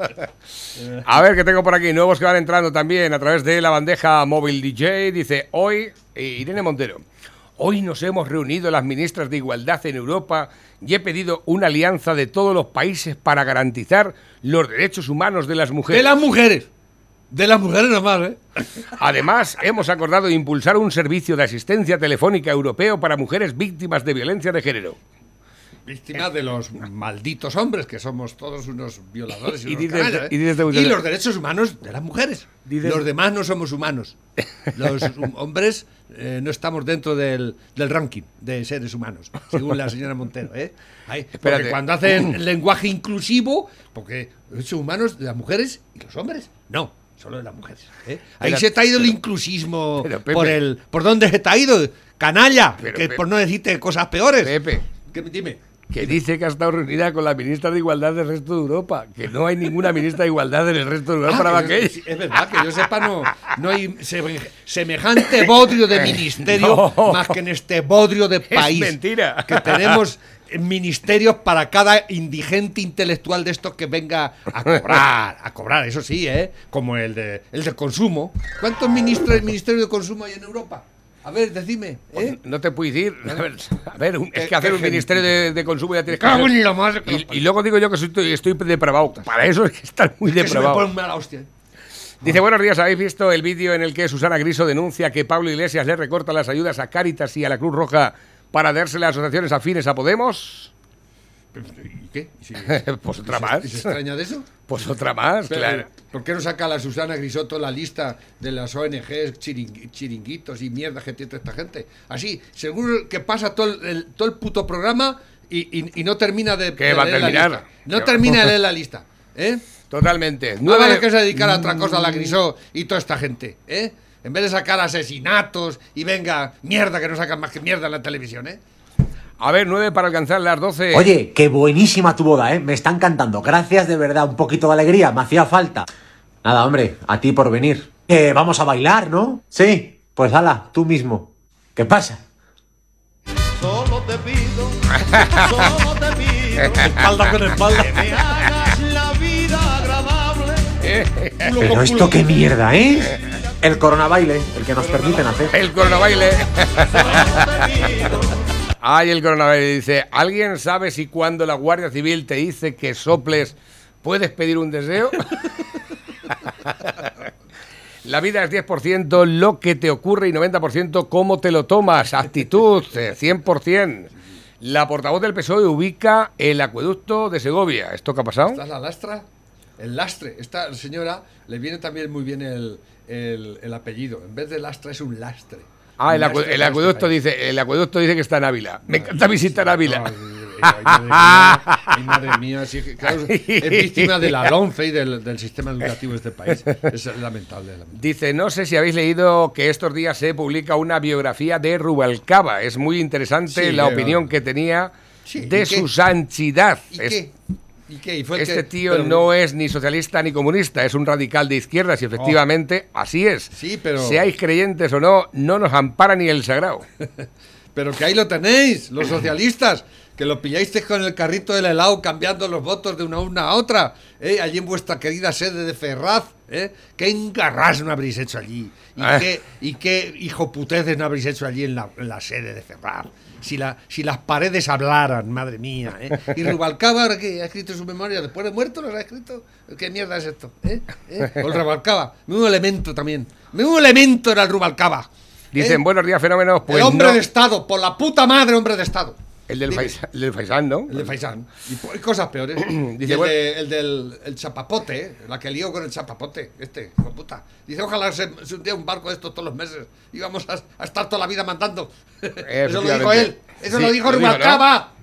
A ver, ¿qué tengo por aquí? Nuevos que van entrando también a través de la bandeja móvil DJ. Dice, hoy, Irene Montero, hoy nos hemos reunido las ministras de Igualdad en Europa y he pedido una alianza de todos los países para garantizar los derechos humanos de las mujeres. ¡De las mujeres! De las mujeres nomás, ¿eh? Además, hemos acordado impulsar un servicio de asistencia telefónica europeo para mujeres víctimas de violencia de género. Víctimas de los malditos hombres, que somos todos unos violadores y, Y unos canallas, ¿eh? Y los derechos humanos de las mujeres. Los demás no somos humanos. Los hombres no estamos dentro del ranking de seres humanos, según la señora Montero, ¿eh? Porque cuando hacen lenguaje inclusivo, porque los derechos humanos de las mujeres y los hombres, no, solo de las mujeres, ¿eh? Ahí se te ha ido el inclusismo. ¿Por dónde se te ha ido? Canalla, por no decirte cosas peores. Pepe, dime. Que dice que ha estado reunida con la ministra de Igualdad del resto de Europa, que no hay ninguna ministra de Igualdad en el resto de Europa para que es verdad, que yo sepa, no hay semejante bodrio de ministerio más que en este bodrio de país. Es mentira. Que tenemos ministerios para cada indigente intelectual de estos que venga a cobrar, eso sí, como el de consumo. ¿Cuántos ministerios de consumo hay en Europa? A ver, decime, Pues no te puedo decir. A ver, es que hacer un ministerio de consumo ya tienes que cago hacer. en la madre. Y luego digo yo que estoy depravado. Para eso es que estás muy depravado. Que se me pone mala hostia. Dice, buenos días, ¿habéis visto el vídeo en el que Susana Griso denuncia que Pablo Iglesias le recorta las ayudas a Cáritas y a la Cruz Roja para dárselas a asociaciones afines a Podemos? ¿Y qué? Pues otra más. ¿Y se extraña de eso? Pues otra más, pero, claro. ¿Por qué no saca la Susana Grisoto la lista de las ONGs, chiringuitos y mierda que tiene esta gente? Así, seguro que pasa todo el puto programa y no termina de ¿Qué va a terminar? La lista. No termina de leer la lista, ¿eh? Totalmente. No vale que se dedicar a otra cosa, a la Grisó y toda esta gente, ¿eh? En vez de sacar asesinatos y venga, mierda, que no sacan más que mierda en la televisión, ¿eh? A ver, 9 para alcanzar las 12. Oye, qué buenísima tu boda, ¿eh? Me está encantando. Gracias, de verdad. Un poquito de alegría. Me hacía falta. Nada, hombre. A ti por venir. Vamos a bailar, ¿no? Sí. Pues hala, tú mismo. ¿Qué pasa? Solo te pido, espalda con espalda. Que me hagas la vida agradable. Pero esto qué mierda, ¿eh? El coronabaile, el que nos permiten hacer. El coronabaile. Ay, el coronavirus. Dice, ¿alguien sabe si cuando la Guardia Civil te dice que soples puedes pedir un deseo? La vida es 10% lo que te ocurre y 90% cómo te lo tomas. Actitud, 100%. La portavoz del PSOE ubica el acueducto de Segovia. ¿Esto qué ha pasado? ¿Esta es la lastra? El lastre. Esta señora le viene también muy bien el apellido. En vez de lastra es un lastre. Ah, el acueducto dice que está en Ávila. Me encanta visitar Ávila. Ay, madre mía, sí, claro, es víctima de la LOMCE y del sistema educativo de este país. Es lamentable. Dice, no sé si habéis leído que estos días se publica una biografía de Rubalcaba. Es muy interesante la opinión que tenía de su santidad. ¿Y qué? ¿Y fue este tío no es ni socialista ni comunista, es un radical de izquierdas y efectivamente así es. Sí, pero... Seáis creyentes o no, no nos ampara ni el sagrado. Pero que ahí lo tenéis, los socialistas, que lo pillasteis con el carrito del helado cambiando los votos de una urna a otra, allí en vuestra querida sede de Ferraz, ¿qué engarrás no habréis hecho allí? ¿Y qué hijoputeces no habréis hecho allí en la sede de Ferraz? Si las paredes hablaran, madre mía, ¿Y Rubalcaba ahora qué? ¿Ha escrito su memoria después de muerto? ¿Lo ha escrito? ¿Qué mierda es esto? O el Rubalcaba, un elemento también. Un elemento era el Rubalcaba. Dicen, buenos días, fenómenos. Pues el hombre de Estado, por la puta madre, hombre de Estado. El del Faisán, ¿no? El del Faisán. Y cosas peores. Dice, el del chapapote, la que lió con el chapapote, hijo de puta. Dice, ojalá se hundiera un barco de estos todos los meses y vamos a estar toda la vida mandando. Eso lo dijo él. Eso lo dijo Rubalcaba.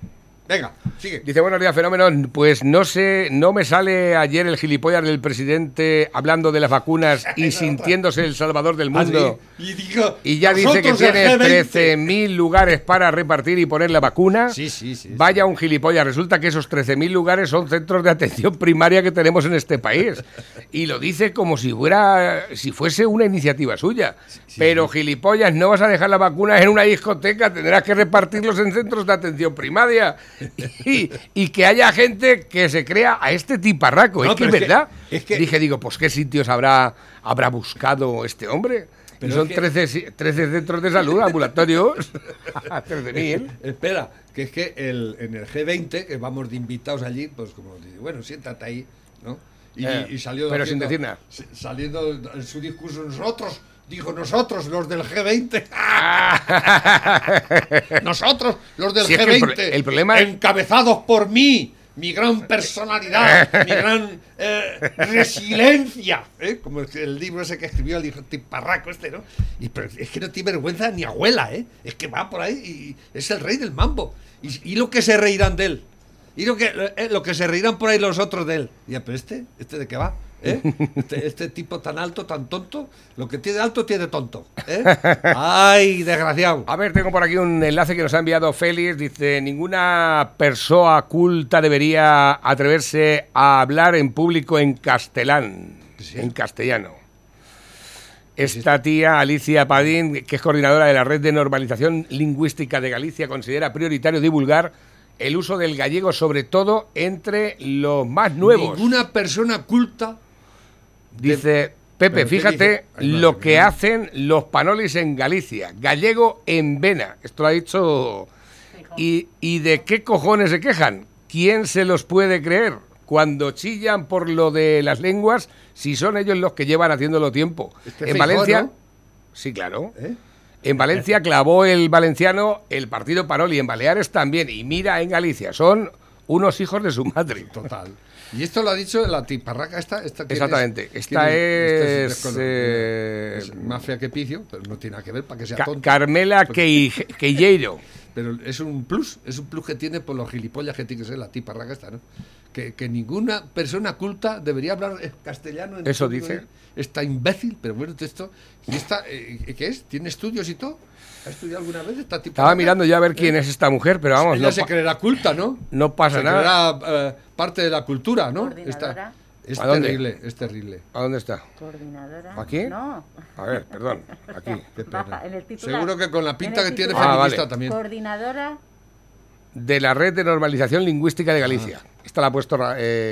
Venga, sigue. Dice, buenos días, fenómenos. Pues no sé, no me sale ayer el gilipollas del presidente hablando de las vacunas y sintiéndose el salvador del mundo. ¿Sí? Y ya dice que tiene 13.000 lugares para repartir y poner la vacuna. Sí. Vaya un gilipollas. Resulta que esos 13.000 lugares son centros de atención primaria que tenemos en este país. Y lo dice como si fuese una iniciativa suya. Pero gilipollas, no vas a dejar las vacunas en una discoteca, tendrás que repartirlos en centros de atención primaria. Y que haya gente que se crea a este tiparraco. Es que es verdad. Digo, pues qué sitios habrá buscado este hombre. Pero son 13 centros de salud, ambulatorios. 13.000. Espera, que es que en el G20, que vamos de invitados allí, pues como, bueno, siéntate ahí, ¿no? Y salió... Pero sin decir nada. Saliendo en su discurso, nosotros, los del G20. Nosotros, los del G20. El problema es... encabezados por mí, mi gran personalidad, mi gran resiliencia. Como el libro ese que escribió el tiparraco ¿no? Pero es que no tiene vergüenza ni abuela, Es que va por ahí y es el rey del mambo. Y lo que se reirán de él. Y lo que se reirán por ahí los otros de él. Y pero ¿este de qué va? Este tipo tan alto, tan tonto, lo que tiene alto tiene tonto. ¡Ay, desgraciado! A ver, tengo por aquí un enlace que nos ha enviado Félix. Dice, ninguna persona culta debería atreverse a hablar en público en castellano. Esta tía, Alicia Padín, que es coordinadora de la Red de Normalización Lingüística de Galicia, considera prioritario divulgar el uso del gallego, sobre todo entre los más nuevos. Ninguna persona culta... Dice, Pepe, fíjate lo que hacen los panolis en Galicia. Gallego en vena. Esto lo ha dicho... ¿Y de qué cojones se quejan? ¿Quién se los puede creer? Cuando chillan por lo de las lenguas, si son ellos los que llevan haciéndolo tiempo. En Valencia... ¿no? Sí, claro. En Valencia clavó el valenciano el partido Panoli, en Baleares también. Y mira en Galicia, son unos hijos de su madre. Total. Y esto lo ha dicho la tiparraca esta. Exactamente. Esta es mafia que picio, pero no tiene nada que ver para que sea tonto. Carmela Queilleiro. Pero es un plus que tiene por los gilipollas que tiene que ser la tiparraca esta, ¿no? Que ninguna persona culta debería hablar castellano. Eso dice. Está imbécil, pero bueno, esto... ¿Y esta qué es? ¿Tiene estudios y todo? ¿Ha estudiado alguna vez esta tiparraca? Estaba mirando ya a ver quién es esta mujer, pero vamos... Ella se creerá culta, ¿no? No pasa nada. Creerá parte de la cultura, ¿no? Es terrible, es terrible. ¿A dónde está? Coordinadora. ¿Aquí? No. A ver, perdón. Aquí. Qué pena. Baja, en el titular. Seguro que con la pinta que tiene feminista vale. También. Coordinadora de la Red de Normalización Lingüística de Galicia. Esta la ha puesto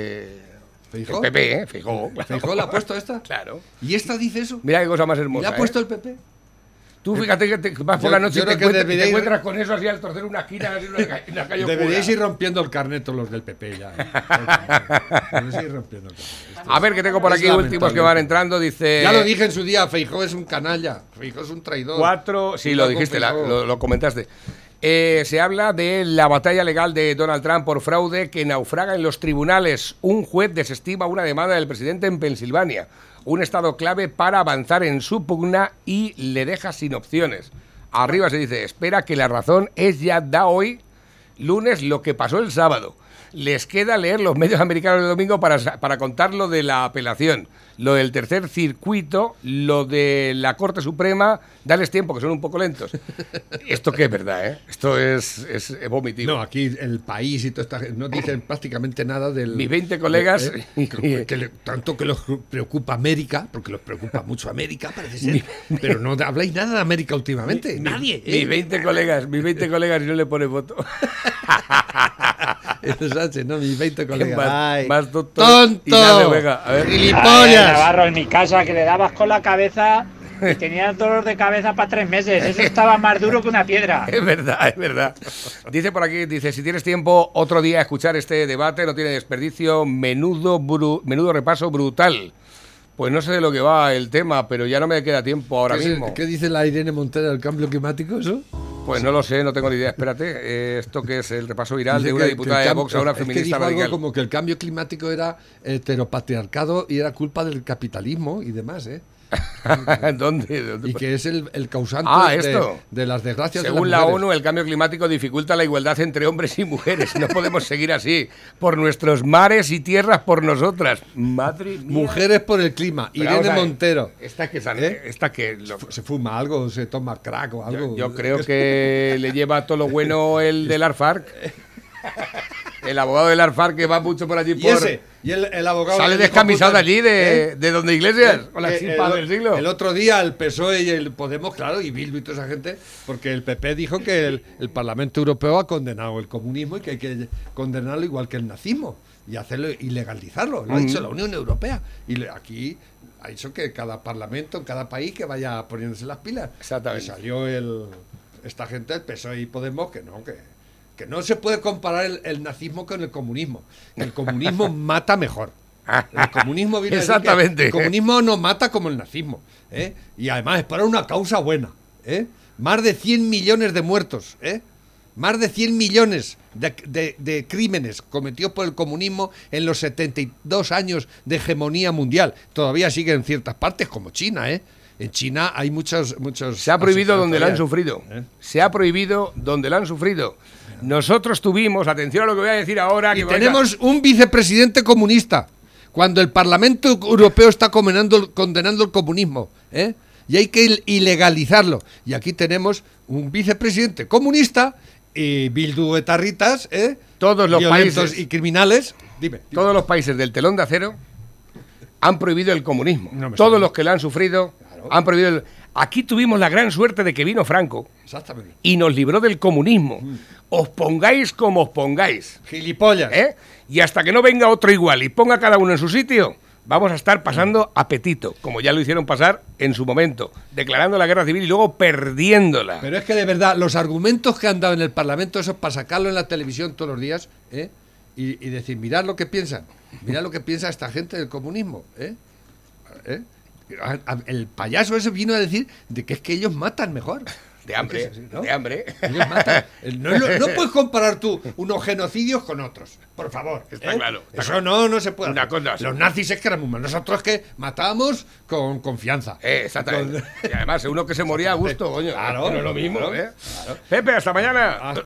¿Feijó? El PP, Feijó. Claro. ¿Feijó la ha puesto esta? Claro. ¿Y esta dice eso? Mira qué cosa más hermosa. ¿Le ha puesto el PP? Tú fíjate que vas por la noche y te encuentras con eso así al torcer una esquina, así en una calle. Deberíais ir rompiendo el carnet todos los del PP ya. Deberíais ir rompiendo el carnet. A ver, que tengo por aquí últimos que van entrando. Dice... Ya lo dije en su día, Feijó es un canalla. Feijó es un traidor. Sí, lo dijiste, lo comentaste. Se habla de la batalla legal de Donald Trump por fraude que naufraga en los tribunales. Un juez desestima una demanda del presidente en Pensilvania. Un estado clave para avanzar en su pugna y le deja sin opciones. Arriba se dice, espera que la razón es ya da hoy, lunes, lo que pasó el sábado. Les queda leer los medios americanos de domingo para contar lo de la apelación, lo del tercer circuito, lo de la Corte Suprema. Dales tiempo, que son un poco lentos. Esto que es verdad, ¿eh? Esto es vomitivo. No, aquí el país y toda esta gente no dicen prácticamente nada del... Mis 20 colegas... tanto que los preocupa América, porque los preocupa mucho América, parece ser, pero no habláis nada de América últimamente. Nadie. Mis 20 colegas y no le pone voto. Eso es Sánchez, ¿no? Mis 20 colegas. Más ¡Tonto! ¡Gilipollas! Navarro, en mi casa, que le dabas con la cabeza y tenías dolor de cabeza para 3 meses. Eso estaba más duro que una piedra. Es verdad, es verdad. Dice por aquí, si tienes tiempo otro día a escuchar este debate, no tiene desperdicio, menudo repaso brutal. Pues no sé de lo que va el tema, pero ya no me queda tiempo ahora mismo. ¿Qué dice la Irene Montero del cambio climático, eso? Pues no lo sé, no tengo ni idea. Espérate, esto que es el repaso viral de una diputada de Vox a una feminista radical. radical. Como que el cambio climático era heteropatriarcado y era culpa del capitalismo y demás, ¿eh? ¿Dónde? Y que es el causante de las desgracias. Según de las la mujeres. ONU, el cambio climático dificulta la igualdad entre hombres y mujeres. No podemos seguir así. Por nuestros mares y tierras, por nosotras. Madre mía. Mujeres por el clima. Pero Irene Montero. Esta que se fuma algo, se toma crack o algo. Yo creo que le lleva todo lo bueno el del ARFARC. El abogado del ARFARC que va mucho por allí. Y el abogado sale descamisado allí de donde Iglesias, con la chispa del siglo. El otro día el PSOE y el Podemos, claro, y Bildu y toda esa gente, porque el PP dijo que el Parlamento Europeo ha condenado el comunismo y que hay que condenarlo igual que el nazismo y hacerlo y legalizarlo. Lo ha dicho la Unión Europea. Y aquí ha dicho que cada parlamento, en cada país, que vaya poniéndose las pilas. Exactamente. Y salió esta gente, el PSOE y Podemos, que no se puede comparar el nazismo con el comunismo. El comunismo mata mejor. El comunismo viene Exactamente. A decir que el comunismo no mata como el nazismo. Y además es para una causa buena. Más de 100 millones de muertos. Más de 100 millones de crímenes cometidos por el comunismo en los 72 años de hegemonía mundial. Todavía sigue en ciertas partes, como China. En China hay muchos... Se ha prohibido donde la han sufrido. Se ha prohibido donde la han sufrido. Nosotros tuvimos, atención a lo que voy a decir ahora... Y tenemos un vicepresidente comunista, cuando el Parlamento Europeo está condenando el comunismo, y hay que ilegalizarlo. Y aquí tenemos un vicepresidente comunista y Bildu etarritas, todos los violentos países y criminales. Dime. Todos los países del telón de acero han prohibido el comunismo. Todos los que lo han sufrido han prohibido Aquí tuvimos la gran suerte de que vino Franco y nos libró del comunismo. Os pongáis como os pongáis. Gilipollas. Y hasta que no venga otro igual y ponga cada uno en su sitio, vamos a estar pasando apetito, como ya lo hicieron pasar en su momento, declarando la guerra civil y luego perdiéndola. Pero es que de verdad, los argumentos que han dado en el Parlamento, eso es para sacarlo en la televisión todos los días, y decir, mirad lo que piensan, mirad lo que piensa esta gente del comunismo, El payaso ese vino a decir de que es que ellos matan mejor. De hambre, así, ¿no? de hambre. Ellos matan. No puedes comparar tú unos genocidios con otros, por favor. Está claro. Eso no se puede Una hacer. cosa, Los nazis es que eran muy malos. Nosotros que matábamos con confianza. Exactamente. Y además, uno que se moría a gusto, coño. Claro. No es lo mismo, Claro. Pepe, hasta mañana.